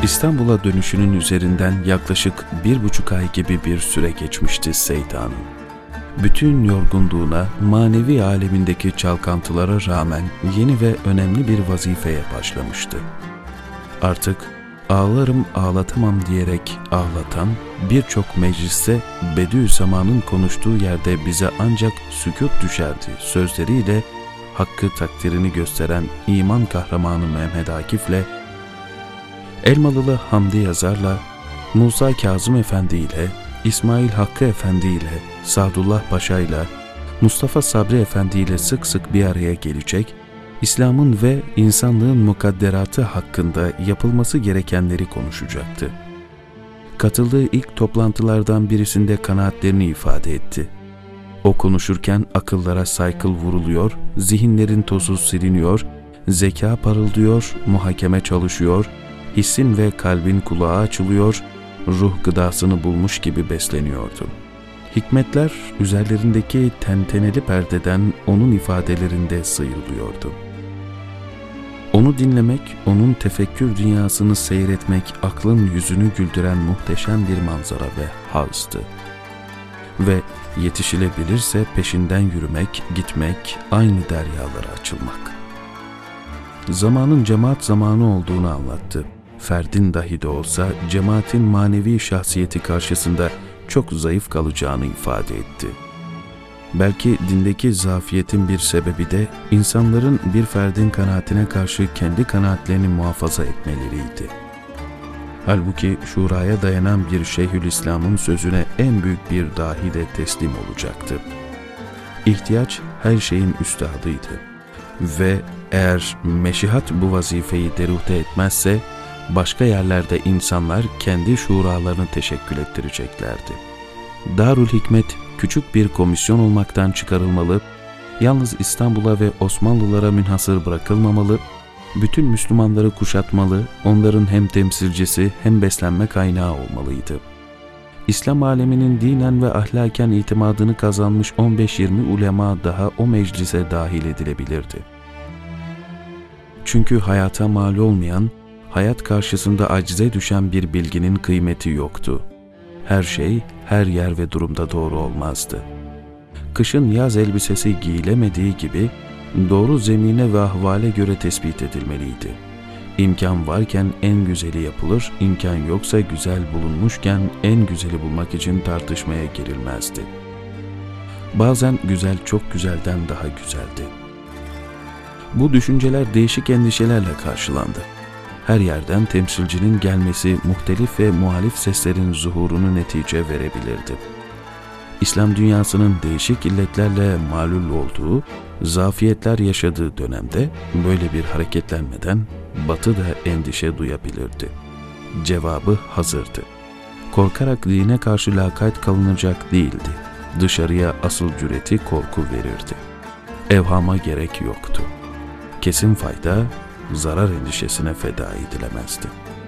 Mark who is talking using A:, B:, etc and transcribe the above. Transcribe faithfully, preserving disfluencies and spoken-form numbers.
A: İstanbul'a dönüşünün üzerinden yaklaşık bir buçuk ay gibi bir süre geçmişti Seydan'ın. Bütün yorgunluğuna, manevi alemindeki çalkantılara rağmen yeni ve önemli bir vazifeye başlamıştı. Artık ağlarım ağlatamam diyerek ağlatan, birçok mecliste Bediüzzaman'ın konuştuğu yerde bize ancak sükût düşerdi sözleriyle hakkı takdirini gösteren iman kahramanı Mehmet Akif'le, Elmalılı Hamdi Yazar'la, Musa Kazım Efendi ile, İsmail Hakkı Efendi ile, Sadullah Paşa ile, Mustafa Sabri Efendi ile sık sık bir araya gelecek, İslam'ın ve insanlığın mukadderatı hakkında yapılması gerekenleri konuşacaktı. Katıldığı ilk toplantılardan birisinde kanaatlerini ifade etti. O konuşurken akıllara saykıl vuruluyor, zihinlerin tozu siliniyor, zeka parıldıyor, muhakeme çalışıyor, hissin ve kalbin kulağı açılıyor, ruh gıdasını bulmuş gibi besleniyordu. Hikmetler üzerlerindeki tenteneli perdeden onun ifadelerinde sıyrılıyordu. Onu dinlemek, onun tefekkür dünyasını seyretmek aklın yüzünü güldüren muhteşem bir manzara ve hazdı. Ve yetişilebilirse peşinden yürümek, gitmek, aynı deryalara açılmak. Zamanın cemaat zamanı olduğunu anlattı. Ferdin dahi de olsa cemaatin manevi şahsiyeti karşısında çok zayıf kalacağını ifade etti. Belki dindeki zafiyetin bir sebebi de insanların bir ferdin kanaatine karşı kendi kanaatlerini muhafaza etmeleriydi. Halbuki şuraya dayanan bir Şeyhülislam'ın sözüne en büyük bir dahi de teslim olacaktı. İhtiyaç her şeyin üstadıydı ve eğer meşihat bu vazifeyi deruhte etmezse, başka yerlerde insanlar kendi şuralarını teşekkül ettireceklerdi. Darül Hikmet küçük bir komisyon olmaktan çıkarılmalı, yalnız İstanbul'a ve Osmanlılara münhasır bırakılmamalı, bütün Müslümanları kuşatmalı, onların hem temsilcisi hem beslenme kaynağı olmalıydı. İslam aleminin dinen ve ahlaken itimadını kazanmış on beş yirmi ulema daha o meclise dahil edilebilirdi. Çünkü hayata mal olmayan, hayat karşısında acize düşen bir bilginin kıymeti yoktu. Her şey, her yer ve durumda doğru olmazdı. Kışın yaz elbisesi giyilemediği gibi, doğru zemine ve ahvale göre tespit edilmeliydi. İmkan varken en güzeli yapılır, imkan yoksa güzel bulunmuşken en güzeli bulmak için tartışmaya girilmezdi. Bazen güzel çok güzelden daha güzeldi. Bu düşünceler değişik endişelerle karşılandı. Her yerden temsilcinin gelmesi muhtelif ve muhalif seslerin zuhurunu netice verebilirdi. İslam dünyasının değişik illetlerle malul olduğu, zafiyetler yaşadığı dönemde böyle bir hareketlenmeden Batı da endişe duyabilirdi. Cevabı hazırdı. Korkarak dine karşı lakayt kalınacak değildi. Dışarıya asıl cüreti korku verirdi. Evhama gerek yoktu. Kesin fayda, zarar endişesine feda edilemezdi.